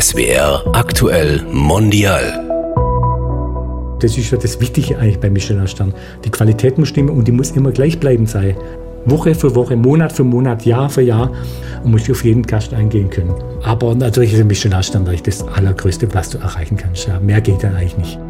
SWR aktuell mondial. Das ist ja das Wichtige eigentlich beim Michelin-Stern. Die Qualität muss stimmen und die muss immer gleichbleibend sein. Woche für Woche, Monat für Monat, Jahr für Jahr. Und muss auf jeden Gast eingehen können. Aber natürlich ist der Michelin-Stern das Allergrößte, was du erreichen kannst. Ja, mehr geht dann eigentlich nicht.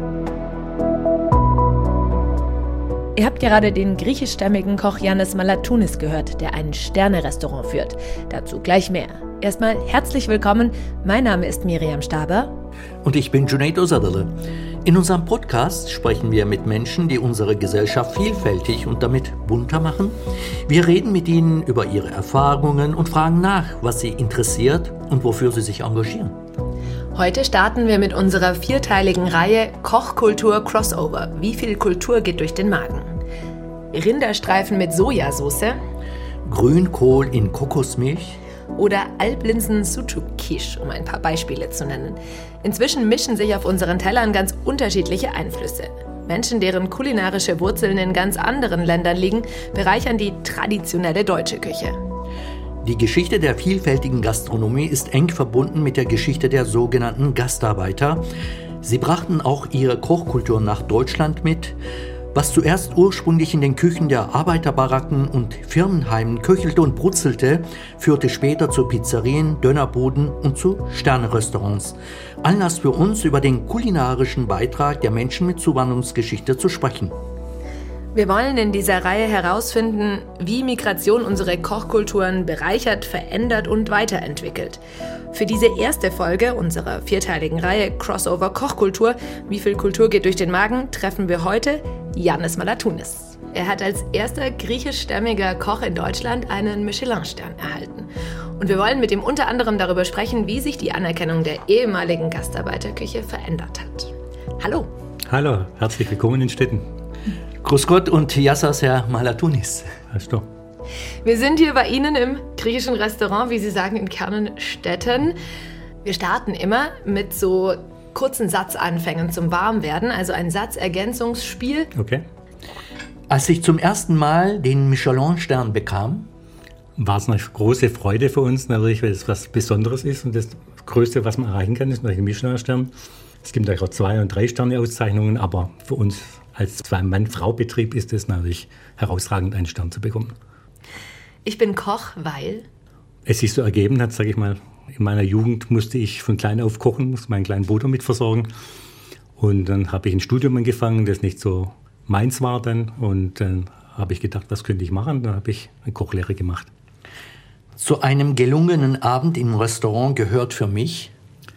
Ihr habt gerade den griechischstämmigen Koch Yannis Malatounis gehört, der ein Sterne-Restaurant führt. Dazu gleich mehr. Erstmal herzlich willkommen. Mein Name ist Miriam Staber. Und ich bin Junaid Ozadale. In unserem Podcast sprechen wir mit Menschen, die unsere Gesellschaft vielfältig und damit bunter machen. Wir reden mit ihnen über ihre Erfahrungen und fragen nach, was sie interessiert und wofür sie sich engagieren. Heute starten wir mit unserer vierteiligen Reihe Kochkultur Crossover. Wie viel Kultur geht durch den Magen? Rinderstreifen mit Sojasauce. Grünkohl in Kokosmilch. Oder Alblinsen Sucuk Quiche, um ein paar Beispiele zu nennen. Inzwischen mischen sich auf unseren Tellern ganz unterschiedliche Einflüsse. Menschen, deren kulinarische Wurzeln in ganz anderen Ländern liegen, bereichern die traditionelle deutsche Küche. Die Geschichte der vielfältigen Gastronomie ist eng verbunden mit der Geschichte der sogenannten Gastarbeiter. Sie brachten auch ihre Kochkultur nach Deutschland mit. Was zuerst ursprünglich in den Küchen der Arbeiterbaracken und Firmenheimen köchelte und brutzelte, führte später zu Pizzerien, Dönerbuden und zu Sternerestaurants. Anlass für uns, über den kulinarischen Beitrag der Menschen mit Zuwanderungsgeschichte zu sprechen. Wir wollen in dieser Reihe herausfinden, wie Migration unsere Kochkulturen bereichert, verändert und weiterentwickelt. Für diese erste Folge unserer vierteiligen Reihe Crossover Kochkultur, wie viel Kultur geht durch den Magen, treffen wir heute Yannis Malatounis. Er hat als erster griechischstämmiger Koch in Deutschland einen Michelin-Stern erhalten. Und wir wollen mit ihm unter anderem darüber sprechen, wie sich die Anerkennung der ehemaligen Gastarbeiterküche verändert hat. Hallo. Hallo, herzlich willkommen in Stetten. Grüß Gott und Yassas, Herr Malatounis. Hast du? Wir sind hier bei Ihnen im griechischen Restaurant, wie Sie sagen, in Kernenstetten. Wir starten immer mit so kurzen Satzanfängen zum Warmwerden, also ein Satzergänzungsspiel. Okay. Als ich zum ersten Mal den Michelin-Stern bekam, war es eine große Freude für uns, natürlich, weil es was Besonderes ist. Und das Größte, was man erreichen kann, ist natürlich ein Michelin-Stern. Es gibt auch 2- und 3-Sterne-Auszeichnungen, aber für uns als 2-Mann-Frau-Betrieb ist es natürlich herausragend, einen Stern zu bekommen. Ich bin Koch, weil es sich so ergeben hat, sage ich mal. In meiner Jugend musste ich von klein auf kochen, musste meinen kleinen Bruder mit versorgen. Und dann habe ich ein Studium angefangen, das nicht so meins war dann. Und dann habe ich gedacht, was könnte ich machen? Dann habe ich eine Kochlehre gemacht. Zu einem gelungenen Abend im Restaurant gehört für mich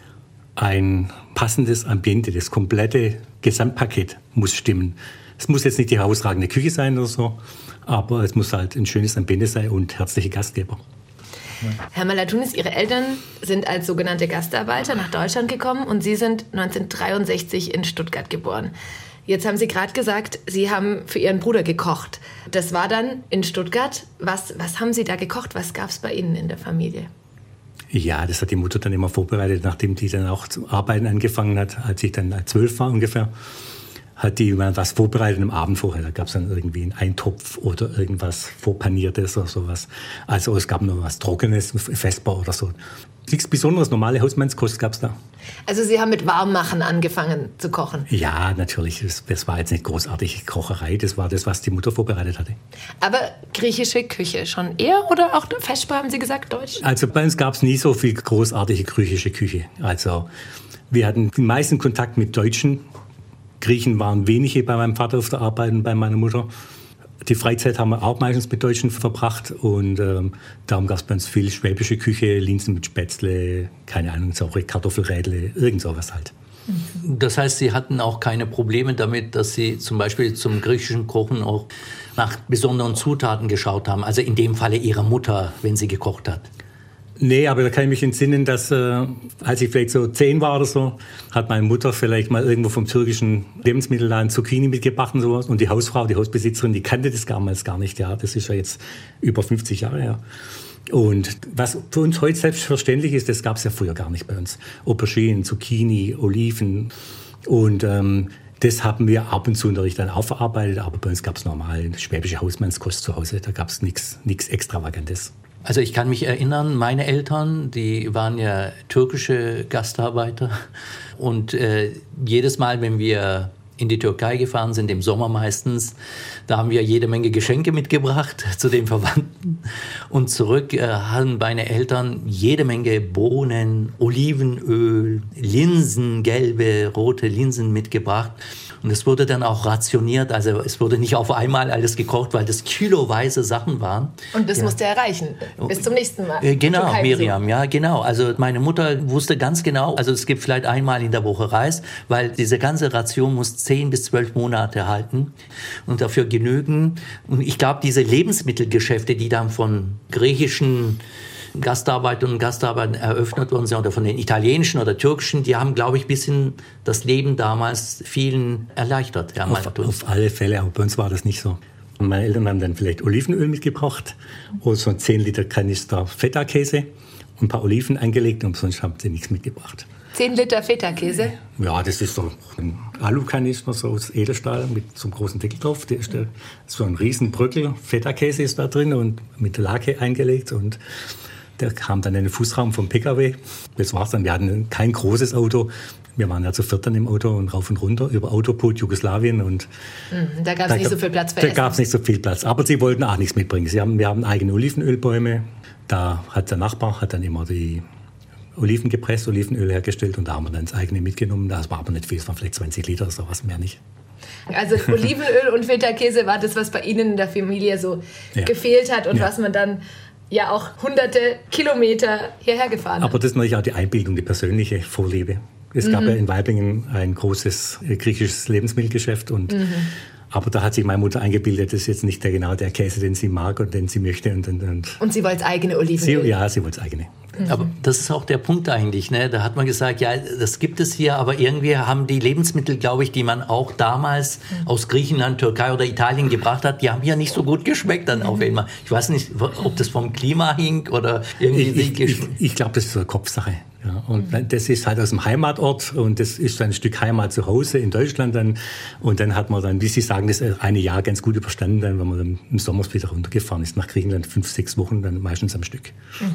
ein passendes Ambiente, das komplette Gesamtpaket muss stimmen. Es muss jetzt nicht die herausragende Küche sein oder so, aber es muss halt ein schönes Ambiente sein und herzliche Gastgeber. Herr Malatounis, Ihre Eltern sind als sogenannte Gastarbeiter nach Deutschland gekommen und Sie sind 1963 in Stuttgart geboren. Jetzt haben Sie gerade gesagt, Sie haben für Ihren Bruder gekocht. Das war dann in Stuttgart. Was haben Sie da gekocht? Was gab es bei Ihnen in der Familie? Ja, das hat die Mutter dann immer vorbereitet, nachdem die dann auch zum Arbeiten angefangen hat, als ich dann 12 war ungefähr, hat die mal was vorbereitet am Abend vorher. Da gab es dann irgendwie einen Eintopf oder irgendwas Vorpaniertes oder sowas. Also es gab noch was Trockenes, Vesper oder so. Nichts Besonderes, normale Hausmannskost gab es da. Also Sie haben mit Warmmachen angefangen zu kochen? Ja, natürlich. Das war jetzt nicht großartige Kocherei. Das war das, was die Mutter vorbereitet hatte. Aber griechische Küche schon eher oder auch Vesper, haben Sie gesagt, Deutsch? Also bei uns gab es nie so viel großartige griechische Küche. Also wir hatten den meisten Kontakt mit Deutschen. Griechen waren wenige bei meinem Vater auf der Arbeit und bei meiner Mutter. Die Freizeit haben wir auch meistens mit Deutschen verbracht und darum gab es bei uns viel schwäbische Küche, Linsen mit Spätzle, keine Ahnung, saure Kartoffelrädle, irgend sowas halt. Das heißt, Sie hatten auch keine Probleme damit, dass Sie zum Beispiel zum griechischen Kochen auch nach besonderen Zutaten geschaut haben, also in dem Falle Ihrer Mutter, wenn sie gekocht hat? Nee, aber da kann ich mich entsinnen, dass als ich vielleicht so 10 war oder so, hat meine Mutter vielleicht mal irgendwo vom türkischen Lebensmittelladen Zucchini mitgebracht und sowas. Und die Hausfrau, die Hausbesitzerin, die kannte das damals gar nicht. Ja, das ist ja jetzt über 50 Jahre her. Und was für uns heute selbstverständlich ist, das gab es ja früher gar nicht bei uns. Auberginen, Zucchini, Oliven und das haben wir ab und zu natürlich dann auch verarbeitet. Aber bei uns gab es normal schwäbische Hausmannskost zu Hause. Da gab es nichts Extravagantes. Also ich kann mich erinnern, meine Eltern, die waren ja türkische Gastarbeiter und jedes Mal, wenn wir in die Türkei gefahren sind, im Sommer meistens, da haben wir jede Menge Geschenke mitgebracht zu den Verwandten und zurück haben meine Eltern jede Menge Bohnen, Olivenöl, Linsen, gelbe, rote Linsen mitgebracht. Und es wurde dann auch rationiert, also es wurde nicht auf einmal alles gekocht, weil das kiloweise Sachen waren. Und das musste erreichen, bis zum nächsten Mal. Genau, Miriam, ja genau. Also meine Mutter wusste ganz genau, also es gibt vielleicht einmal in der Woche Reis, weil diese ganze Ration muss 10 bis 12 Monate halten und dafür genügen. Und ich glaube, diese Lebensmittelgeschäfte, die dann von griechischen Gastarbeiterinnen und Gastarbeitern eröffnet worden sind oder von den italienischen oder türkischen, die haben, glaube ich, ein bisschen das Leben damals vielen erleichtert. Ja, auf alle Fälle, aber bei uns war das nicht so. Meine Eltern haben dann vielleicht Olivenöl mitgebracht oder so 10 Liter Kanister Feta-Käse und ein paar Oliven eingelegt und sonst haben sie nichts mitgebracht. 10 Liter Feta-Käse? Ja, das ist so ein Alukanister, so aus Edelstahl mit so einem großen Deckel drauf. So ein riesen Bröckel Feta-Käse ist da drin und mit Lake eingelegt und der kam dann in den Fußraum vom PKW. Das war's dann. Wir hatten kein großes Auto. Wir waren ja zu viert dann im Auto und rauf und runter über Autoput Jugoslawien. Und da gab es nicht so viel Platz für Essen. Da gab es nicht so viel Platz. Aber sie wollten auch nichts mitbringen. Wir haben eigene Olivenölbäume. Da hat der Nachbar dann immer die Oliven gepresst, Olivenöl hergestellt. Und da haben wir dann das eigene mitgenommen. Das war aber nicht viel. Es waren vielleicht 20 Liter oder sowas, mehr nicht. Also Olivenöl und Feta-Käse war das, was bei Ihnen in der Familie so gefehlt hat und was man dann ja auch hunderte Kilometer hierher gefahren. Aber das ist natürlich auch die Einbildung, die persönliche Vorliebe. Es gab ja in Weiblingen ein großes griechisches Lebensmittelgeschäft und aber da hat sich meine Mutter eingebildet, das ist jetzt nicht der Käse, den sie mag und den sie möchte. Und sie wollte eigene Olivenöl? Sie wollte eigene. Aber das ist auch der Punkt eigentlich, ne? Da hat man gesagt, ja, das gibt es hier, aber irgendwie haben die Lebensmittel, glaube ich, die man auch damals aus Griechenland, Türkei oder Italien gebracht hat, die haben hier nicht so gut geschmeckt dann auf einmal. Ich weiß nicht, ob das vom Klima hing oder irgendwie... Ich glaube, das ist so eine Kopfsache. Ja, und das ist halt aus dem Heimatort und das ist ein Stück Heimat zu Hause in Deutschland dann. Und dann hat man dann, wie Sie sagen, das eine Jahr ganz gut überstanden, dann, wenn man dann im Sommer wieder runtergefahren ist nach Griechenland, 5-6 Wochen, dann meistens am Stück.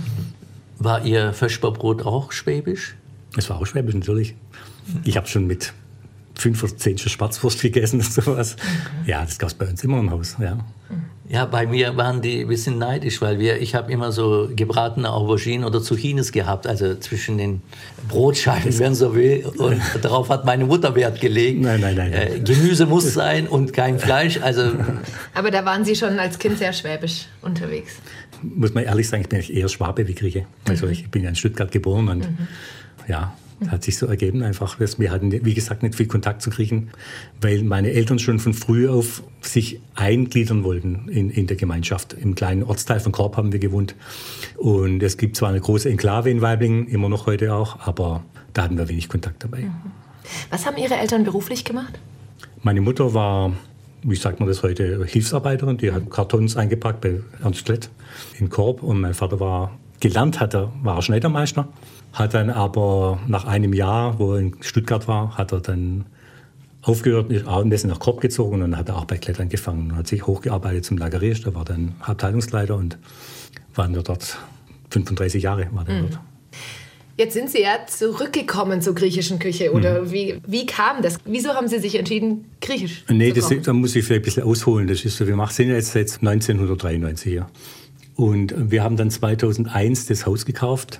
War Ihr Vesperbrot auch schwäbisch? Es war auch schwäbisch, natürlich. Ich habe schon mit 5 oder 10 schon Schwarzwurst gegessen und sowas. Ja, das gab es bei uns immer im Haus, ja. Ja, bei mir waren die ein bisschen neidisch, weil ich habe immer so gebratene Auberginen oder Zucchinis gehabt, also zwischen den Brotscheiben, wenn so will. Und darauf hat meine Mutter Wert gelegt. Nein. Gemüse muss sein und kein Fleisch. Also. Aber da waren Sie schon als Kind sehr schwäbisch unterwegs. Muss man ehrlich sagen, ich bin eher Schwabe wie Grieche. Also ich bin ja in Stuttgart geboren und ja, hat sich so ergeben einfach. Wir hatten, wie gesagt, nicht viel Kontakt zu Griechen, weil meine Eltern schon von früh auf sich eingliedern wollten in der Gemeinschaft. Im kleinen Ortsteil von Korb haben wir gewohnt. Und es gibt zwar eine große Enklave in Weiblingen, immer noch heute auch, aber da hatten wir wenig Kontakt dabei. Was haben Ihre Eltern beruflich gemacht? Meine Mutter war, wie sagt man das heute, Hilfsarbeiterin. Die hat Kartons eingepackt bei Ernst Klett in Korb. Und mein Vater war Schneidermeister. Hat dann aber nach einem Jahr, wo er in Stuttgart war, hat er dann aufgehört, ist Abendessen nach Korb gezogen und dann hat er auch bei Klett angefangen und hat sich hochgearbeitet zum Lagerist. Er war dann Abteilungsleiter und war dann dort 35 Jahre. War dann dort. Jetzt sind Sie ja zurückgekommen zur griechischen Küche. Oder wie kam das? Wieso haben Sie sich entschieden, griechisch zu kochen? Da muss ich vielleicht ein bisschen ausholen. Das ist so, wir sind jetzt seit 1993 hier. Und wir haben dann 2001 das Haus gekauft.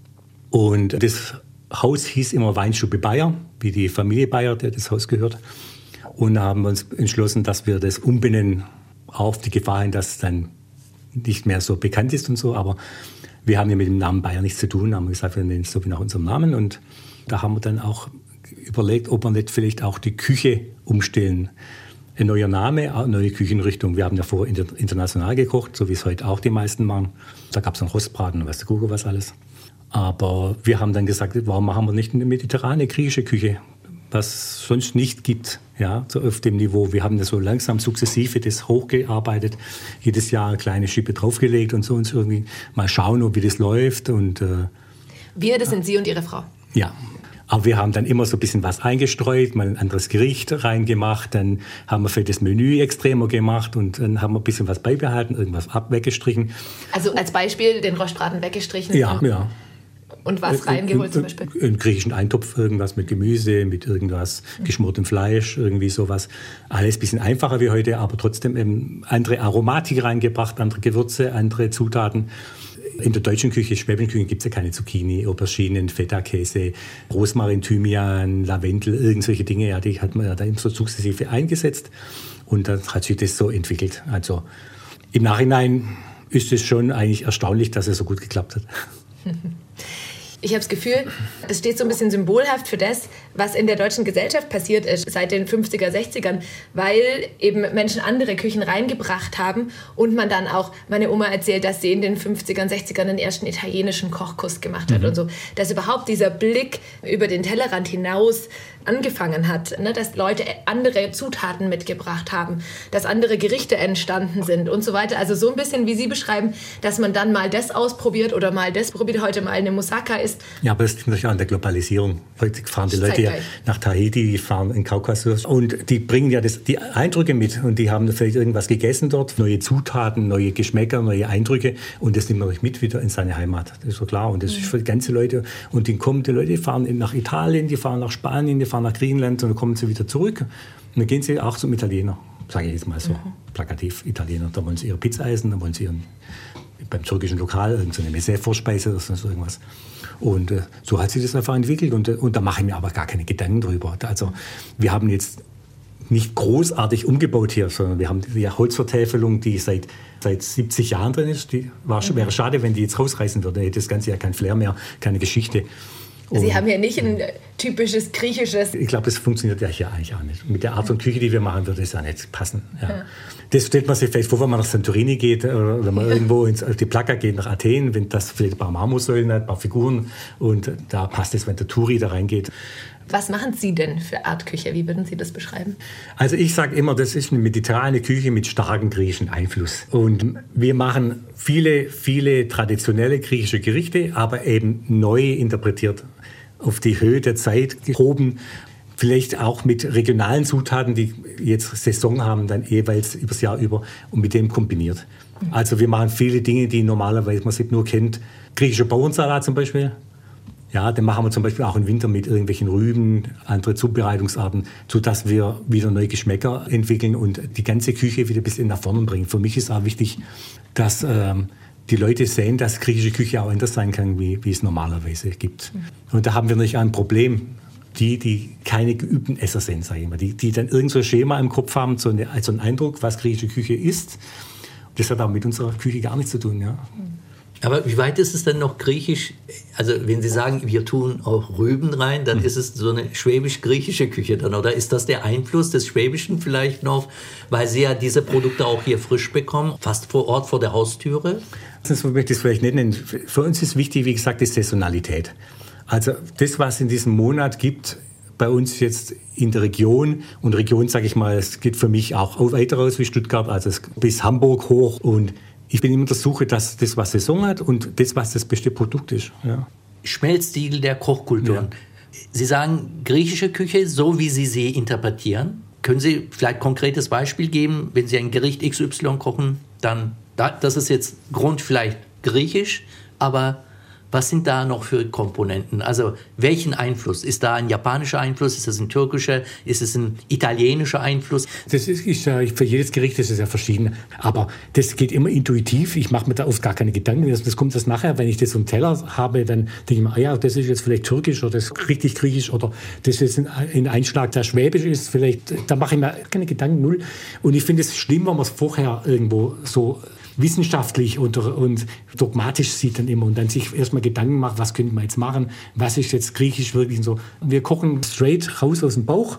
Und das Haus hieß immer Weinstube Bayer, wie die Familie Bayer, der das Haus gehört. Und da haben wir uns entschlossen, dass wir das umbenennen, auf die Gefahr hin, dass es dann nicht mehr so bekannt ist und so. Aber wir haben ja mit dem Namen Bayer nichts zu tun, haben gesagt, wir nennen es so wie nach unserem Namen. Und da haben wir dann auch überlegt, ob wir nicht vielleicht auch die Küche umstellen. Ein neuer Name, eine neue Küchenrichtung. Wir haben ja vorher international gekocht, so wie es heute auch die meisten machen. Da gab es dann Rostbraten und weißt du, Kuckuck, was alles. Aber wir haben dann gesagt, warum machen wir nicht eine mediterrane griechische Küche, was es sonst nicht gibt, ja, so auf dem Niveau. Wir haben das so langsam sukzessive das hochgearbeitet, jedes Jahr eine kleine Schippe draufgelegt und so irgendwie mal schauen, wie das läuft. Und, wir, das sind Sie und Ihre Frau? Ja, Aber wir haben dann immer so ein bisschen was eingestreut, mal ein anderes Gericht reingemacht, dann haben wir für das Menü extremer gemacht und dann haben wir ein bisschen was beibehalten, irgendwas weggestrichen. Also als Beispiel den Rostbraten weggestrichen? Ja. Und was reingeholt zum Beispiel? Einen griechischen Eintopf, irgendwas mit Gemüse, mit irgendwas geschmortem Fleisch, irgendwie sowas. Alles ein bisschen einfacher wie heute, aber trotzdem andere Aromatik reingebracht, andere Gewürze, andere Zutaten. In der deutschen Küche, schwäbischen Küche, gibt es ja keine Zucchini, Auberginen, Feta-Käse, Rosmarin, Thymian, Lavendel, irgendwelche Dinge. Ja, die hat man ja dann so sukzessive eingesetzt und dann hat sich das so entwickelt. Also im Nachhinein ist es schon eigentlich erstaunlich, dass es so gut geklappt hat. Ich habe das Gefühl, das steht so ein bisschen symbolhaft für das, was in der deutschen Gesellschaft passiert ist seit den 50er, 60ern, weil eben Menschen andere Küchen reingebracht haben und man dann auch, meine Oma erzählt, dass sie in den 50ern, 60ern den ersten italienischen Kochkurs gemacht hat und so, dass überhaupt dieser Blick über den Tellerrand hinaus angefangen hat, ne? Dass Leute andere Zutaten mitgebracht haben, dass andere Gerichte entstanden sind und so weiter. Also so ein bisschen, wie Sie beschreiben, dass man dann mal das ausprobiert oder mal das probiert, heute mal eine Moussaka isst. Ja, aber das liegt natürlich auch an der Globalisierung. Heute fahren die Leute ja nach Tahiti, die fahren in den Kaukasus und die bringen ja die Eindrücke mit und die haben vielleicht irgendwas gegessen dort, neue Zutaten, neue Geschmäcker, neue Eindrücke und das nimmt man mit wieder in seine Heimat. Das ist so klar und das ist für die ganze Leute und die Leute fahren nach Italien, die fahren nach Spanien, die fahren nach Griechenland und dann kommen sie wieder zurück und dann gehen sie auch zum Italiener, sage ich jetzt mal so plakativ, Italiener, da wollen sie ihre Pizza essen, da wollen sie beim türkischen Lokal irgendeine Messé-Vorspeise oder so irgendwas. Und so hat sich das einfach entwickelt und da mache ich mir aber gar keine Gedanken drüber. Also wir haben jetzt nicht großartig umgebaut hier, sondern wir haben die Holzvertäfelung, die seit 70 Jahren drin ist. Wäre schade, wenn die jetzt rausreißen würde. Hätte das Ganze ja kein Flair mehr, keine Geschichte. Sie haben ja nicht ein typisches griechisches... Ich glaube, das funktioniert ja hier eigentlich auch nicht. Mit der Art von Küche, die wir machen, würde es ja nicht passen. Ja. Das stellt man sich vielleicht vor, wenn man nach Santorini geht oder wenn man irgendwo auf die Plaka geht, nach Athen, wenn das vielleicht ein paar Marmorsäulen hat, ein paar Figuren und da passt es, wenn der Touri da reingeht. Was machen Sie denn für Art Küche? Wie würden Sie das beschreiben? Also ich sage immer, das ist eine mediterrane Küche mit starkem griechischen Einfluss. Und wir machen viele, viele traditionelle griechische Gerichte, aber eben neu interpretiert, auf die Höhe der Zeit gehoben. Vielleicht auch mit regionalen Zutaten, die jetzt Saison haben, dann jeweils übers Jahr über und mit dem kombiniert. Also wir machen viele Dinge, die normalerweise man nur kennt. Griechischer Bauernsalat zum Beispiel. Ja, den machen wir zum Beispiel auch im Winter mit irgendwelchen Rüben, andere Zubereitungsarten, sodass wir wieder neue Geschmäcker entwickeln und die ganze Küche wieder ein bisschen nach vorne bringen. Für mich ist auch wichtig, dass die Leute sehen, dass griechische Küche auch anders sein kann, wie es normalerweise gibt. Und da haben wir natürlich ein Problem. Die keine geübten Esser sind, sage ich mal. Die dann irgend so ein Schema im Kopf haben, so einen Eindruck, was griechische Küche ist. Das hat auch mit unserer Küche gar nichts zu tun, ja. Aber wie weit ist es denn noch griechisch? Also wenn Sie sagen, wir tun auch Rüben rein, dann ist es so eine schwäbisch-griechische Küche dann, oder ist das der Einfluss des Schwäbischen vielleicht noch, weil Sie ja diese Produkte auch hier frisch bekommen, fast vor Ort, vor der Haustüre? Das möchte ich es vielleicht nicht nennen. Für uns ist wichtig, wie gesagt, die Saisonalität. Also das, was in diesem Monat gibt, bei uns jetzt in der Region, und Region, sage ich mal, es geht für mich auch weiter raus wie Stuttgart, also bis Hamburg hoch, und ich bin immer auf der Suche, dass das, was Saison hat und das, was das beste Produkt ist. Ja. Schmelztiegel der Kochkulturen. Ja. Sie sagen griechische Küche, so wie Sie sie interpretieren. Können Sie vielleicht ein konkretes Beispiel geben, wenn Sie ein Gericht XY kochen, dann, das ist jetzt Grund vielleicht griechisch, aber was sind da noch für Komponenten? Also welchen Einfluss? Ist da ein japanischer Einfluss? Ist das ein türkischer? Ist es ein italienischer Einfluss? Das ist ja, für jedes Gericht ist es ja verschieden. Aber das geht immer intuitiv. Ich mache mir da oft gar keine Gedanken. Das kommt das nachher, wenn ich das im Teller habe, dann denke ich mir, ja, das ist jetzt vielleicht türkisch oder das ist richtig griechisch oder das ist ein Einschlag, der schwäbisch ist. Vielleicht, da mache ich mir keine Gedanken, null. Und ich finde es schlimm, wenn man es vorher irgendwo so wissenschaftlich und dogmatisch sieht dann immer und dann sich erstmal Gedanken macht, was könnte man jetzt machen, was ist jetzt griechisch wirklich so. Wir kochen straight raus aus dem Bauch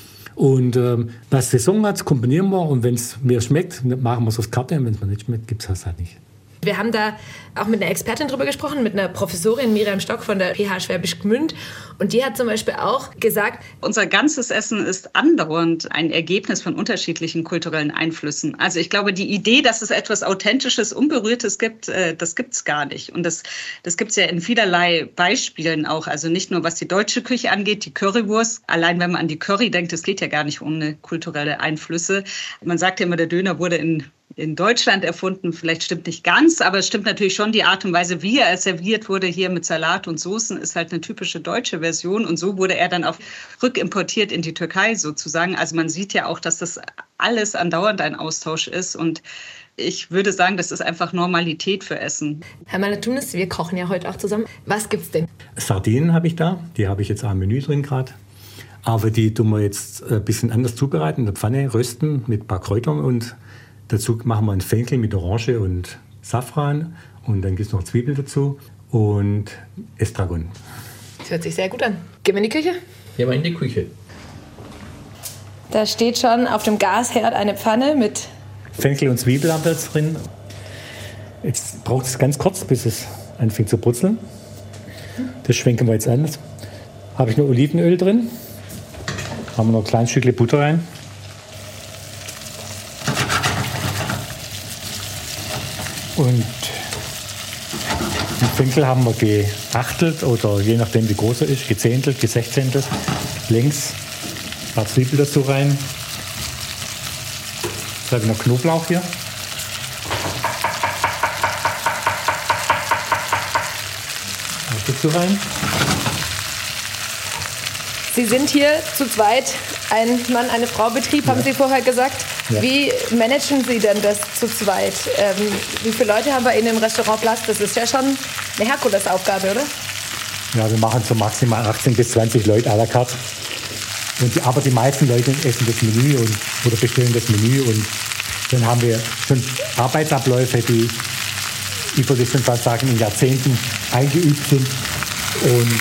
und was Saison hat, kombinieren wir und wenn es mir schmeckt, machen wir es aufs Karte und wenn es mir nicht schmeckt, gibt es das halt nicht. Wir haben da auch mit einer Expertin drüber gesprochen, mit einer Professorin Miriam Stock von der PH Schwäbisch Gmünd. Und die hat zum Beispiel auch gesagt, unser ganzes Essen ist andauernd ein Ergebnis von unterschiedlichen kulturellen Einflüssen. Also ich glaube, die Idee, dass es etwas Authentisches, Unberührtes gibt, das gibt es gar nicht. Und das gibt es ja in vielerlei Beispielen auch. Also nicht nur, was die deutsche Küche angeht, die Currywurst. Allein wenn man an die Curry denkt, das geht ja gar nicht ohne kulturelle Einflüsse. Man sagt ja immer, der Döner wurde in Deutschland erfunden. Vielleicht stimmt nicht ganz, aber es stimmt natürlich schon, die Art und Weise, wie er serviert wurde hier mit Salat und Soßen, ist halt eine typische deutsche Version. Und so wurde er dann auch rückimportiert in die Türkei sozusagen. Also man sieht ja auch, dass das alles andauernd ein Austausch ist. Und ich würde sagen, das ist einfach Normalität für Essen. Herr Malatunis, wir kochen ja heute auch zusammen. Was gibt's denn? Sardinen habe ich da. Die habe ich jetzt auch im Menü drin gerade. Aber die tun wir jetzt ein bisschen anders zubereiten. In der Pfanne rösten mit ein paar Kräutern und dazu machen wir einen Fenchel mit Orange und Safran und dann gibt es noch Zwiebeln dazu und Estragon. Das hört sich sehr gut an. Gehen wir in die Küche? Gehen wir in die Küche. Da steht schon auf dem Gasherd eine Pfanne mit Fenchel und Zwiebel haben wir jetzt drin. Jetzt braucht es ganz kurz, bis es anfängt zu brutzeln. Das schwenken wir jetzt an. Jetzt habe ich noch Olivenöl drin. Haben wir noch ein kleines Stückchen Butter rein. Und den Fenchel haben wir geachtelt oder je nachdem wie groß er ist, gezehntelt, gesechzehntelt. Längs ein paar Zwiebeln dazu rein. Jetzt habe ich noch Knoblauch hier. Auch dazu rein. Sie sind hier zu zweit, ein Mann, eine Frau Betrieb, haben Sie vorher gesagt. Ja. Wie managen Sie denn das zu zweit? Wie viele Leute haben wir in dem Restaurant Platz? Das ist ja schon eine Herkulesaufgabe, oder? Ja, wir machen so maximal 18 bis 20 Leute à la carte. Aber die meisten Leute essen das Menü oder bestellen das Menü. Und dann haben wir schon Arbeitsabläufe, die über die schon fast sagen, in Jahrzehnten eingeübt sind. Und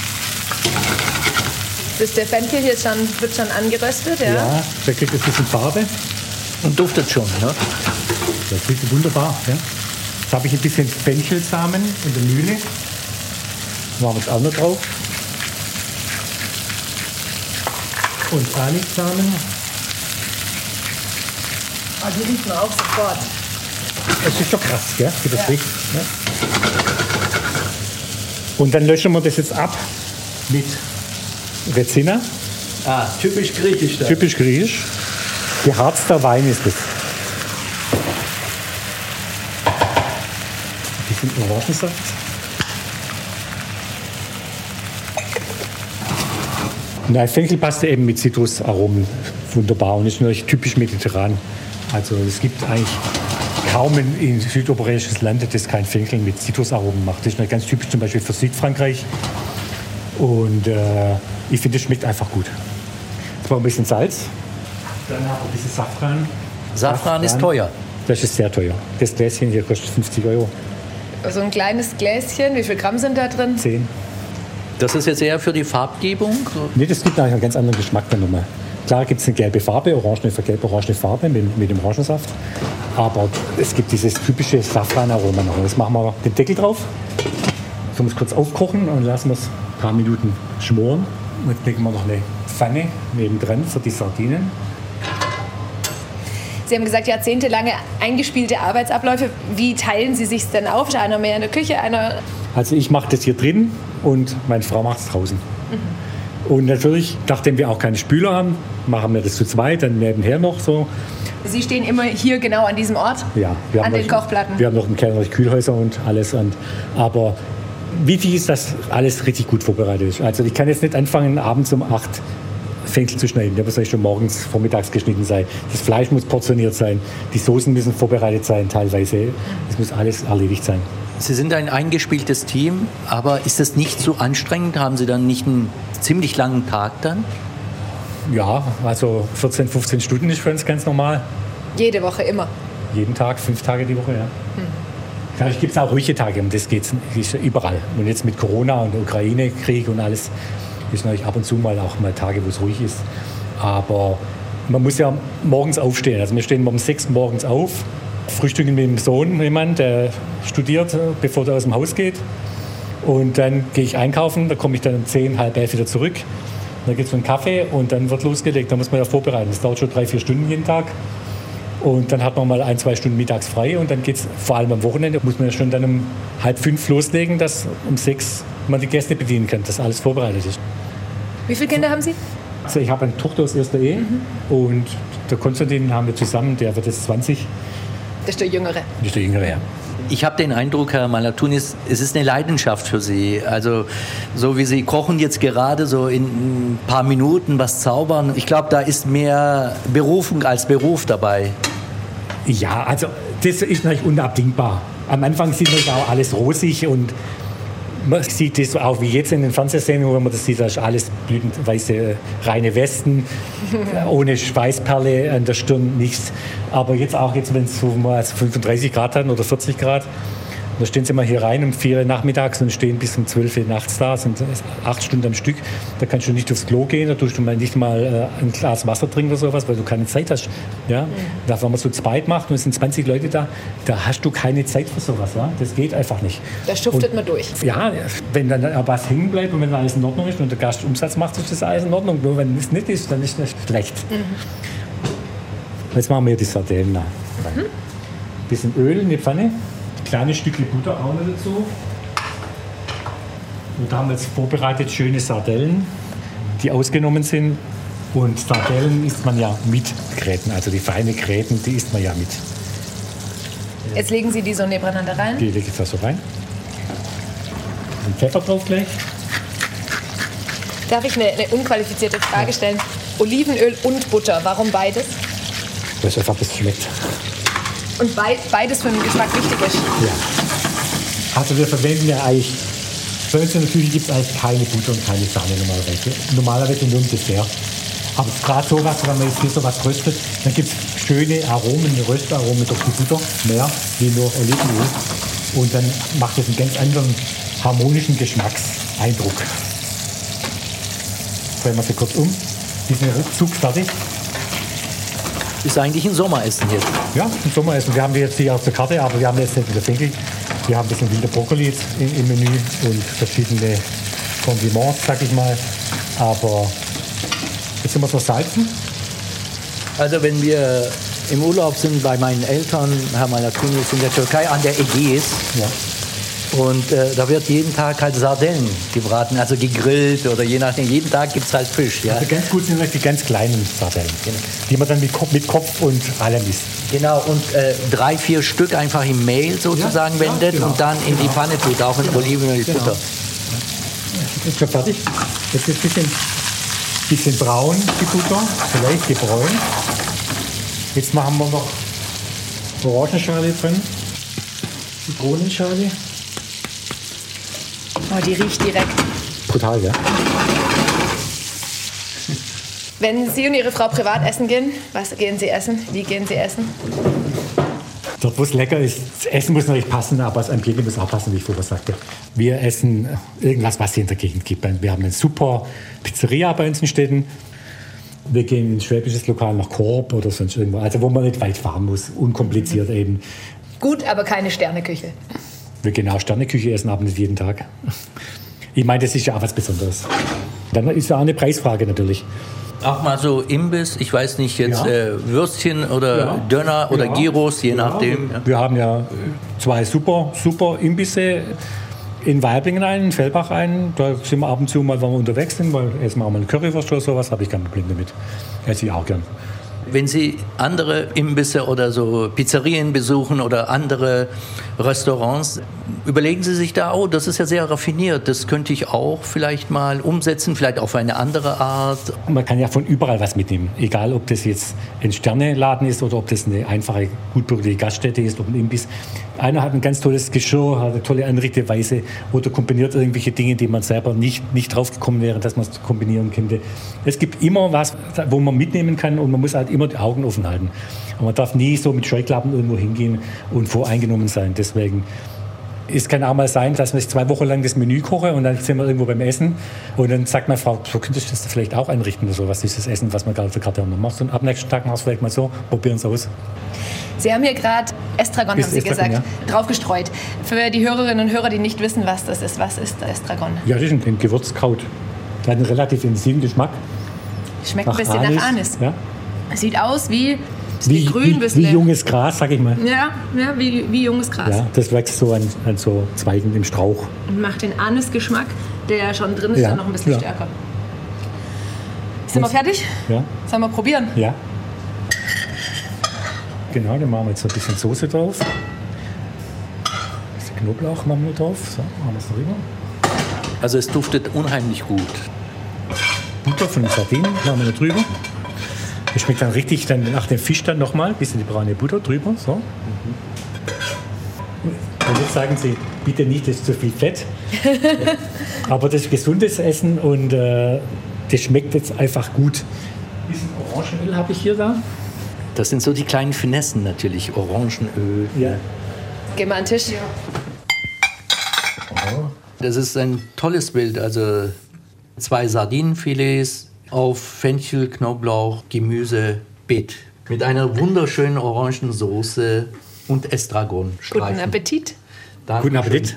ist der Fenchel hier wird schon angeröstet? Ja, ja, der kriegt ein bisschen Farbe. Und duftet schon, ne? Das riecht wunderbar. Ja. Jetzt habe ich ein bisschen Fenchelsamen in der Mühle. Machen wir jetzt auch noch drauf. Und Honigsamen. Ah, die riecht man auch sofort. Das ist schon krass, gell? Wie das riecht. Ja. Und dann löschen wir das jetzt ab mit Rezina. Ah, typisch griechisch. Da. Typisch griechisch. Geharzter Wein ist das. Ein bisschen Orangensaft. Na, Fenchel passt eben mit Zitrusaromen wunderbar und ist natürlich typisch mediterran. Also es gibt eigentlich kaum ein südeuropäisches Land, das kein Fenchel mit Zitrusaromen macht. Das ist ganz typisch zum Beispiel für Südfrankreich. Und ich finde, es schmeckt einfach gut. Jetzt brauchen wir ein bisschen Salz. Dann haben wir ein bisschen Safran. Safran ist teuer. Das ist sehr teuer. Das Gläschen hier kostet 50 €. So ein kleines Gläschen, wie viel Gramm sind da drin? 10. Das ist jetzt eher für die Farbgebung? Nee, das gibt eigentlich einen ganz anderen Geschmack dann nochmal. Klar gibt es eine gelbe Farbe, gelb-orange Farbe mit dem Orangensaft. Aber es gibt dieses typische Safranaroma noch. Jetzt machen wir den Deckel drauf. So, muss kurz aufkochen und lassen wir es ein paar Minuten schmoren. Und jetzt legen wir noch eine Pfanne nebendran für die Sardinen. Sie haben gesagt, jahrzehntelange eingespielte Arbeitsabläufe. Wie teilen Sie sich denn auf? Ist einer mehr in der Küche, einer... Also ich mache das hier drin und meine Frau macht es draußen. Mhm. Und natürlich, nachdem wir auch keine Spüler haben, machen wir das zu zweit, dann nebenher noch so. Sie stehen immer hier genau an diesem Ort? Ja. An den Kochplatten? Wir haben noch im Keller noch Kühlhäuser und alles. Aber wichtig ist, dass alles richtig gut vorbereitet ist. Also ich kann jetzt nicht anfangen, abends um 8 Fenchel zu schneiden. Der muss eigentlich schon morgens, vormittags geschnitten sein. Das Fleisch muss portioniert sein. Die Soßen müssen vorbereitet sein teilweise. Es muss alles erledigt sein. Sie sind ein eingespieltes Team, aber ist das nicht so anstrengend? Haben Sie dann nicht einen ziemlich langen Tag dann? Ja, also 14, 15 Stunden ist für uns ganz normal. Jede Woche immer? Jeden Tag, 5 Tage die Woche, ja. Vielleicht gibt es auch ruhige Tage, und das geht überall. Und jetzt mit Corona und Ukraine-Krieg und alles ist natürlich ab und zu mal auch mal Tage, wo es ruhig ist. Aber man muss ja morgens aufstehen. Also wir stehen um 6 morgens auf frühstücken mit dem Sohn, jemand, der studiert, bevor der aus dem Haus geht. Und dann gehe ich einkaufen, da komme ich dann um 10, halb 11 wieder zurück. Dann gibt es einen Kaffee und dann wird losgelegt. Da muss man ja vorbereiten. Das dauert schon 3-4 Stunden jeden Tag. Und dann hat man mal 1-2 Stunden mittags frei. Und dann geht es vor allem am Wochenende, muss man ja schon dann um 4:30 loslegen, dass um 6 man die Gäste bedienen kann, dass alles vorbereitet ist. Wie viele Kinder haben Sie? Also ich habe eine Tochter aus erster Ehe und der Konstantin haben wir zusammen, der wird jetzt 20. Das ist der Jüngere. Das ist der Jüngere, ja. Ich habe den Eindruck, Herr Malatunis, es ist eine Leidenschaft für Sie. Also so wie Sie kochen jetzt gerade, so in ein paar Minuten was zaubern. Ich glaube, da ist mehr Berufung als Beruf dabei. Ja, also das ist natürlich unabdingbar. Am Anfang sieht man auch alles rosig und man sieht das auch wie jetzt in den Fernsehsendungen, wo man das sieht, da ist alles blühend weiße, reine Westen, ohne Schweißperle an der Stirn, nichts. Aber jetzt, wenn es so mal 35 Grad hat oder 40 Grad, da stehen sie mal hier rein um 4 Uhr nachmittags und stehen bis um 12 Uhr nachts da, sind 8 Stunden am Stück. Da kannst du nicht aufs Klo gehen, da tust du mal nicht mal ein Glas Wasser trinken oder sowas, weil du keine Zeit hast. Ja? Da, wenn man so zweit macht und es sind 20 Leute da, da hast du keine Zeit für sowas. Ja? Das geht einfach nicht. Da schuftet man durch. Ja, wenn dann was hängen bleibt und wenn alles in Ordnung ist und der Gast Umsatz macht, ist das alles in Ordnung. Nur wenn es nicht ist, dann ist das schlecht. Jetzt machen wir die Sardellen rein. Ein bisschen Öl in die Pfanne. Kleine Stückchen Butter auch noch dazu. Und da haben wir jetzt vorbereitet schöne Sardellen, die ausgenommen sind. Und Sardellen isst man ja mit Gräten, also die feine Gräten, die isst man ja mit. Jetzt legen Sie die so nebeneinander rein. Die lege ich da so rein. Und Pfeffer drauf gleich. Darf ich eine unqualifizierte Frage stellen? Olivenöl und Butter, warum beides? Weil es einfach das schmeckt. Und beides für den Geschmack wichtig ist? Ja. Also wir verwenden ja eigentlich, bei uns in der Küche gibt es eigentlich keine Butter und keine Sahne normalerweise. Normalerweise nur ein Dessert. Aber gerade sowas, wenn man jetzt hier sowas röstet, dann gibt es schöne Aromen, Röstaromen durch die Butter, mehr wie nur Olivenöl. Und dann macht es einen ganz anderen harmonischen Geschmackseindruck. Drehen wir sie kurz um. Die sind ruckzuck fertig. Ist eigentlich ein Sommeressen jetzt. Ja, ein Sommeressen. Wir haben die jetzt hier auf der Karte, aber wir haben jetzt nicht wieder Fenkel. Wir haben ein bisschen wilder Brokkoli jetzt im Menü und verschiedene Condiments, sag ich mal. Aber jetzt sind wir versalzen. Also wenn wir im Urlaub sind bei meinen Eltern, Herr Malatunis, in der Türkei an der Ägäis. Ja. Und da wird jeden Tag halt Sardellen gebraten, also gegrillt oder je nachdem. Jeden Tag gibt es halt Fisch. Ja? Also ganz gut sind die ganz kleinen Sardellen, Genau. die man dann mit Kopf und allem isst. Genau, und 3-4 Stück einfach im Mehl sozusagen Ja, wendet genau. und dann in die Pfanne tut, auch in Olivenöl, Genau. Butter. Ist schon fertig. Jetzt ist ein bisschen braun, die Butter, vielleicht gebräunt. Jetzt machen wir noch Orangenschale drin, Zitronenschale. Oh, die riecht direkt. Brutal, ja. Wenn Sie und Ihre Frau privat essen gehen, was gehen Sie essen? Wie gehen Sie essen? Dort, wo es lecker ist, das Essen muss natürlich passen, aber das Ambiente muss auch passen, wie ich vorher sagte. Wir essen irgendwas, was es in der Gegend gibt. Wir haben eine super Pizzeria bei uns in Städten. Wir gehen in ein schwäbisches Lokal nach Korb oder sonst irgendwo, also wo man nicht weit fahren muss, unkompliziert eben. Gut, aber keine Sterneküche. Wir gehen auch Sterneküche essen, aber nicht jeden Tag. Ich meine, das ist ja auch was Besonderes. Dann ist ja auch eine Preisfrage natürlich. Auch mal so Imbiss, ich weiß nicht, jetzt Ja. Würstchen oder Ja. Döner oder Ja. Gyros, je nachdem. Ja. Wir haben ja 2 super Imbisse. In Weiblingen einen, in Fellbach einen. Da sind wir ab und zu mal, wenn wir unterwegs sind, weil essen wir auch mal eine Currywurst oder sowas, habe ich kein Problem damit. Esse ich auch gern. Wenn Sie andere Imbisse oder so Pizzerien besuchen oder andere Restaurants, überlegen Sie sich da, oh, das ist ja sehr raffiniert, das könnte ich auch vielleicht mal umsetzen, vielleicht auf eine andere Art. Man kann ja von überall was mitnehmen. Egal, ob das jetzt ein Sterneladen ist oder ob das eine einfache, gut bürgerliche Gaststätte ist oder ein Imbiss. Einer hat ein ganz tolles Geschirr, hat eine tolle Anrichteweise oder kombiniert irgendwelche Dinge, die man selber nicht drauf gekommen wäre, dass man es kombinieren könnte. Es gibt immer was, wo man mitnehmen kann und man muss halt immer die Augen offen halten. Und man darf nie so mit Scheuklappen irgendwo hingehen und voreingenommen sein. Deswegen, es kann auch mal sein, dass ich 2 Wochen lang das Menü koche und dann sind wir irgendwo beim Essen und dann sagt meine Frau, so könntest du das vielleicht auch einrichten oder so, was ist das Essen, was man gerade auf der Karte haben. Machst du und ab nächsten Tag machst du vielleicht mal so, probieren es aus. Sie haben hier gerade Estragon, haben Sie gesagt, draufgestreut. Für die Hörerinnen und Hörer, die nicht wissen, was das ist, was ist Estragon? Ja, das ist ein Gewürzkraut. Das hat einen relativ intensiven Geschmack. Schmeckt ein bisschen nach Anis. Ja. Sieht aus wie grün. Wie junges Gras, sag ich mal. Ja, wie junges Gras. Ja, das wächst so an so Zweigen im Strauch. Und macht den Anisgeschmack, der schon drin ist, dann noch ein bisschen stärker. Sind wir fertig? Ja. Sollen wir probieren? Ja. Genau, dann machen wir jetzt ein bisschen Soße drauf. Ein bisschen Knoblauch machen wir drauf. So, machen wir es drüber. Also es duftet unheimlich gut. Butter von den Sardinen machen wir da drüber. Das schmeckt dann richtig dann nach dem Fisch dann nochmal. Ein bisschen die braune Butter drüber. So. Und jetzt sagen Sie, bitte nicht, das ist zu viel Fett. Aber das ist gesundes Essen und das schmeckt jetzt einfach gut. Ein bisschen Orangenöl habe ich hier da. Das sind so die kleinen Finessen natürlich. Orangenöl. Ja. Geh mal an den Tisch. Ja. Das ist ein tolles Bild. Also 2 Sardinenfilets auf Fenchel, Knoblauch, Gemüse, Beet. Mit einer wunderschönen Orangensoße und Estragon. Guten Appetit. Danke. Guten Appetit.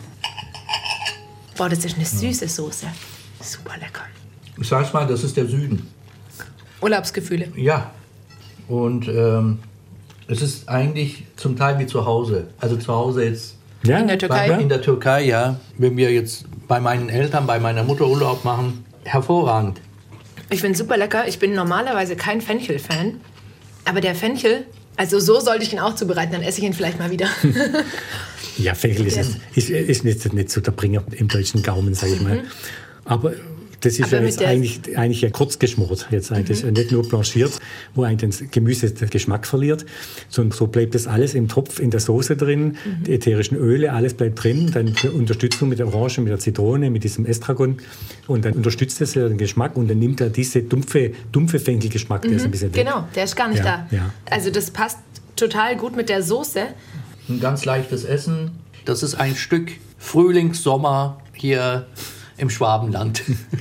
Boah, das ist eine süße Soße. Super lecker. Ich sag's mal, das ist der Süden. Urlaubsgefühle. Ja. Und es ist eigentlich zum Teil wie zu Hause. Also zu Hause jetzt Ja, In der Türkei? ja. in der Türkei, ja. Wenn wir jetzt bei meinen Eltern, bei meiner Mutter Urlaub machen, hervorragend. Ich finde es super lecker. Ich bin normalerweise kein Fenchel-Fan. Aber der Fenchel, also so sollte ich ihn auch zubereiten, dann esse ich ihn vielleicht mal wieder. Ja, Fenchel ist nicht so der Bringer im deutschen Gaumen, sage ich mal. Aber das ist Aber ja jetzt eigentlich ja kurz geschmort. Jetzt eigentlich nicht nur blanchiert, wo eigentlich das Gemüse den Geschmack verliert, sondern so bleibt das alles im Topf, in der Soße drin, die ätherischen Öle, alles bleibt drin. Dann Unterstützung mit der Orange, mit der Zitrone, mit diesem Estragon. Und dann unterstützt es ja den Geschmack und dann nimmt er diese dumpfe Fenkelgeschmack, der ist ein bisschen weg. Genau, der ist gar nicht da. Ja. Also das passt total gut mit der Soße. Ein ganz leichtes Essen. Das ist ein Stück Frühling, Sommer hier im Schwabenland.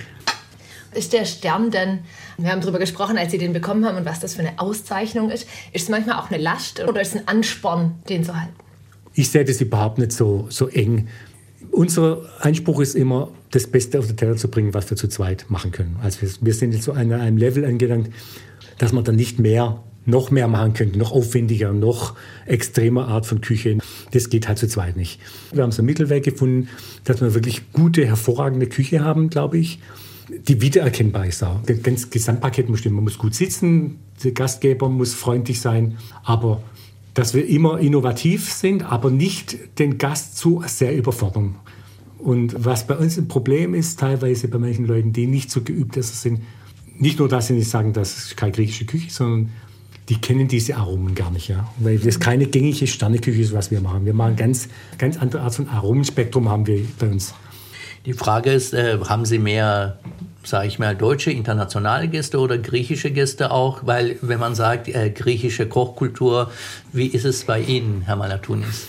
Ist der Stern denn, wir haben darüber gesprochen, als Sie den bekommen haben und was das für eine Auszeichnung ist es manchmal auch eine Last oder ist es ein Ansporn, den zu halten? Ich sehe das überhaupt nicht so eng. Unser Anspruch ist immer, das Beste auf den Teller zu bringen, was wir zu zweit machen können. Also wir sind jetzt so an einem Level angelangt, dass man dann nicht noch mehr machen könnte, noch aufwendiger, noch extremer Art von Küche. Das geht halt zu zweit nicht. Wir haben so einen Mittelweg gefunden, dass wir wirklich gute, hervorragende Küche haben, glaube ich, die wiedererkennbar ist auch. Das ganze Gesamtpaket muss stimmen. Man muss gut sitzen, der Gastgeber muss freundlich sein, aber dass wir immer innovativ sind, aber nicht den Gast zu sehr überfordern. Und was bei uns ein Problem ist, teilweise bei manchen Leuten, die nicht so geübt sind, nicht nur, dass sie nicht sagen, das ist keine griechische Küche, sondern die kennen diese Aromen gar nicht. Ja? Weil das keine gängige Sterneküche ist, was wir machen. Wir machen ganz andere Art von Aromenspektrum haben wir bei uns. Die Frage ist, haben Sie mehr, sage ich mal, deutsche, internationale Gäste oder griechische Gäste auch? Weil, wenn man sagt, griechische Kochkultur, wie ist es bei Ihnen, Herr Malatunis?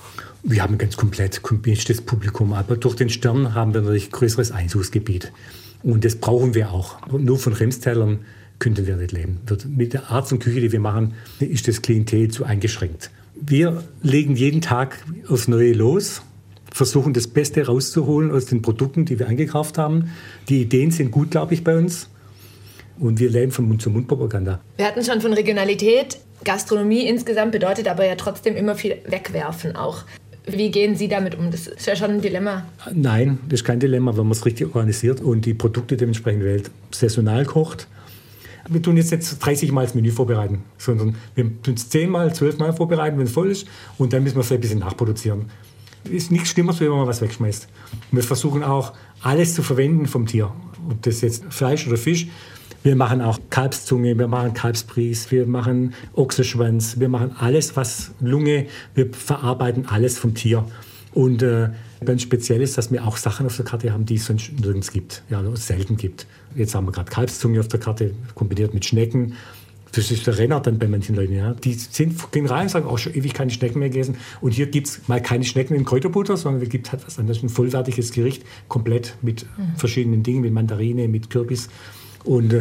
Wir haben ein ganz komplett gemischtes Publikum, aber durch den Stern haben wir natürlich ein größeres Einzugsgebiet. Und das brauchen wir auch. Nur von Remstellern könnten wir nicht leben. Mit der Art von Küche, die wir machen, ist das Klientel zu eingeschränkt. Wir legen jeden Tag aufs Neue los, versuchen das Beste rauszuholen aus den Produkten, die wir eingekauft haben. Die Ideen sind gut, glaube ich, bei uns. Und wir leben von Mund-zu-Mund-Propaganda. Wir hatten schon von Regionalität. Gastronomie insgesamt bedeutet aber ja trotzdem immer viel wegwerfen auch. Wie gehen Sie damit um? Das ist ja schon ein Dilemma. Nein, das ist kein Dilemma, wenn man es richtig organisiert und die Produkte dementsprechend wählt. Saisonal kocht. Wir tun jetzt nicht 30 Mal das Menü vorbereiten, sondern wir tun es 10 Mal, 12 Mal vorbereiten, wenn es voll ist. Und dann müssen wir vielleicht ein bisschen nachproduzieren. Ist nichts Schlimmeres, wenn man was wegschmeißt. Und wir versuchen auch, alles zu verwenden vom Tier. Ob das jetzt Fleisch oder Fisch. Wir machen auch Kalbszunge, wir machen Kalbspries, wir machen Ochsenschwanz, wir machen alles, was Lunge, wir verarbeiten alles vom Tier. Und ganz speziell ist, dass wir auch Sachen auf der Karte haben, die es sonst nirgends gibt, ja, selten gibt. Jetzt haben wir gerade Kalbszunge auf der Karte, kombiniert mit Schnecken. Das ist der Renner dann bei manchen Leuten. Ja. Die gehen rein und sagen, auch schon ewig keine Schnecken mehr gegessen. Und hier gibt es mal keine Schnecken in Kräuterbutter, sondern es gibt halt was anderes, ein vollwertiges Gericht, komplett mit verschiedenen Dingen, mit Mandarine, mit Kürbis. Und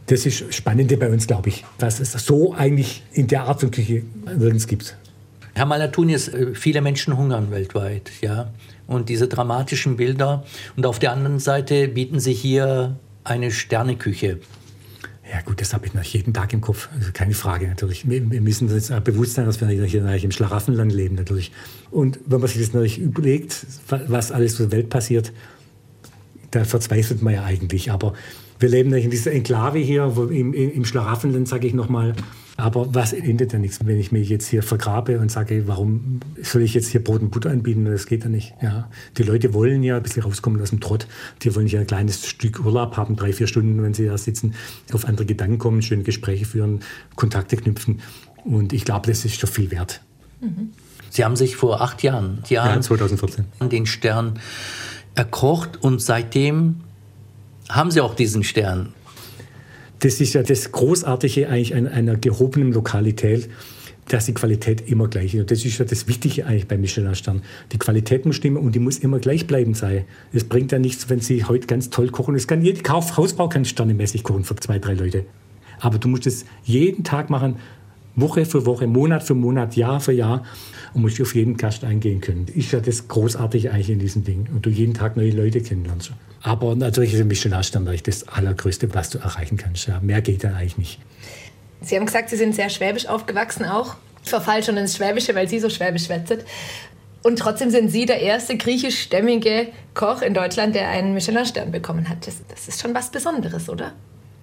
Das ist das Spannende bei uns, glaube ich, dass es so eigentlich in der Art von Küche nirgends gibt. Herr Malatunis, viele Menschen hungern weltweit, ja. Und diese dramatischen Bilder. Und auf der anderen Seite bieten Sie hier eine Sterneküche. Ja gut, das habe ich noch jeden Tag im Kopf, also keine Frage natürlich. Wir müssen uns bewusst sein, dass wir hier im Schlaraffenland leben natürlich. Und wenn man sich das natürlich überlegt, was alles in der Welt passiert, da verzweifelt man ja eigentlich. Aber wir leben in dieser Enklave hier im Schlaraffenland, sage ich nochmal. Aber was ändert ja nichts, wenn ich mich jetzt hier vergrabe und sage, warum soll ich jetzt hier Brot und Butter anbieten? Das geht ja nicht. Ja. Die Leute wollen ja ein bisschen rauskommen aus dem Trott. Die wollen ja ein kleines Stück Urlaub haben, 3-4 Stunden, wenn sie da sitzen, auf andere Gedanken kommen, schöne Gespräche führen, Kontakte knüpfen. Und ich glaube, das ist schon viel wert. Sie haben sich vor 8 Jahren, ja, 2014, den Stern erkocht und seitdem haben Sie auch diesen Stern. Das ist ja das Großartige eigentlich an einer gehobenen Lokalität, dass die Qualität immer gleich ist. Und das ist ja das Wichtige eigentlich beim Michelin-Stern. Die Qualität muss stimmen und die muss immer gleichbleibend sein. Es bringt ja nichts, wenn Sie heute ganz toll kochen. Es kann jede Hausfrau kann sternemäßig kochen für 2-3 Leute. Aber du musst es jeden Tag machen, Woche für Woche, Monat für Monat, Jahr für Jahr und musst auf jeden Gast eingehen können. Das ist ja das Großartige eigentlich in diesem Ding. Und du jeden Tag neue Leute kennenlernst. Aber natürlich ist der Michelin-Stern das Allergrößte, was du erreichen kannst. Ja, mehr geht dann eigentlich nicht. Sie haben gesagt, Sie sind sehr schwäbisch aufgewachsen auch. Ich verfall schon ins Schwäbische, weil Sie so schwäbisch schwätzen. Und trotzdem sind Sie der erste griechischstämmige Koch in Deutschland, der einen Michelin-Stern bekommen hat. Das ist schon was Besonderes, oder?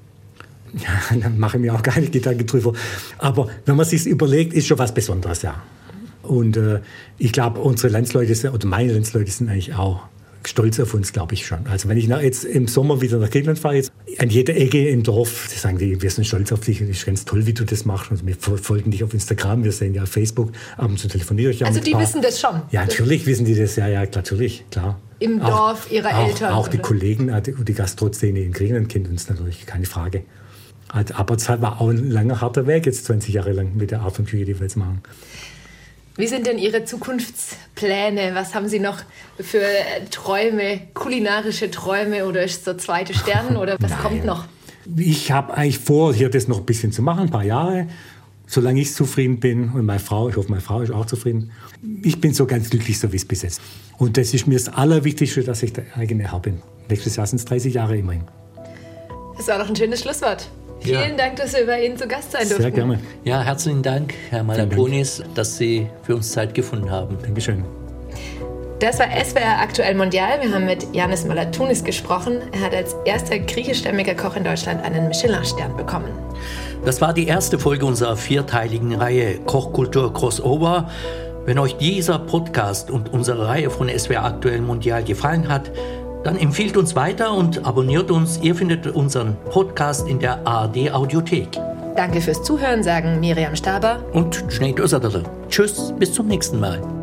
Ja, dann mache ich mir auch keine Gedanken drüber. Aber wenn man sich überlegt, ist schon was Besonderes, ja. Und ich glaube, unsere Landsleute, oder meine Landsleute sind eigentlich auch stolz auf uns, glaube ich schon. Also wenn ich jetzt im Sommer wieder nach Griechenland fahre, jetzt an jeder Ecke im Dorf, die sagen die, wir sind stolz auf dich, es ist ganz toll, wie du das machst. Und wir folgen dich auf Instagram, wir sehen ja auf Facebook, ab und zu telefoniere ich. Also die wissen das schon? Ja, natürlich wissen die das, ja, natürlich, klar. Im Dorf ihrer Eltern? Auch die Kollegen, die Gastro-Szene in Griechenland kennt uns natürlich, keine Frage. Aber es war auch ein langer, harter Weg, jetzt 20 Jahre lang mit der Art von Küche, die wir jetzt machen. Wie sind denn Ihre Zukunftspläne? Was haben Sie noch für Träume, kulinarische Träume oder ist so zweite Sterne oder was kommt noch? Ich habe eigentlich vor, hier das noch ein bisschen zu machen, ein paar Jahre, solange ich zufrieden bin und meine Frau, ich hoffe, meine Frau ist auch zufrieden. Ich bin so ganz glücklich, so wie es bis jetzt. Und das ist mir das Allerwichtigste, dass ich der eigene Herr bin. Nächstes Jahr sind es 30 Jahre immerhin. Das war doch ein schönes Schlusswort. Vielen Dank, dass wir bei Ihnen zu Gast sein durften. Sehr gerne. Ja, herzlichen Dank, Herr Malatunis, dass Sie für uns Zeit gefunden haben. Dankeschön. Das war SWR Aktuell Mondial. Wir haben mit Yannis Malatunis gesprochen. Er hat als erster griechischstämmiger Koch in Deutschland einen Michelin-Stern bekommen. Das war die erste Folge unserer 4-teiligen Reihe Kochkultur Crossover. Wenn euch dieser Podcast und unsere Reihe von SWR Aktuell Mondial gefallen hat, dann empfiehlt uns weiter und abonniert uns. Ihr findet unseren Podcast in der ARD Audiothek. Danke fürs Zuhören, sagen Miriam Staber und Cüneyt Özdemir. Tschüss, bis zum nächsten Mal.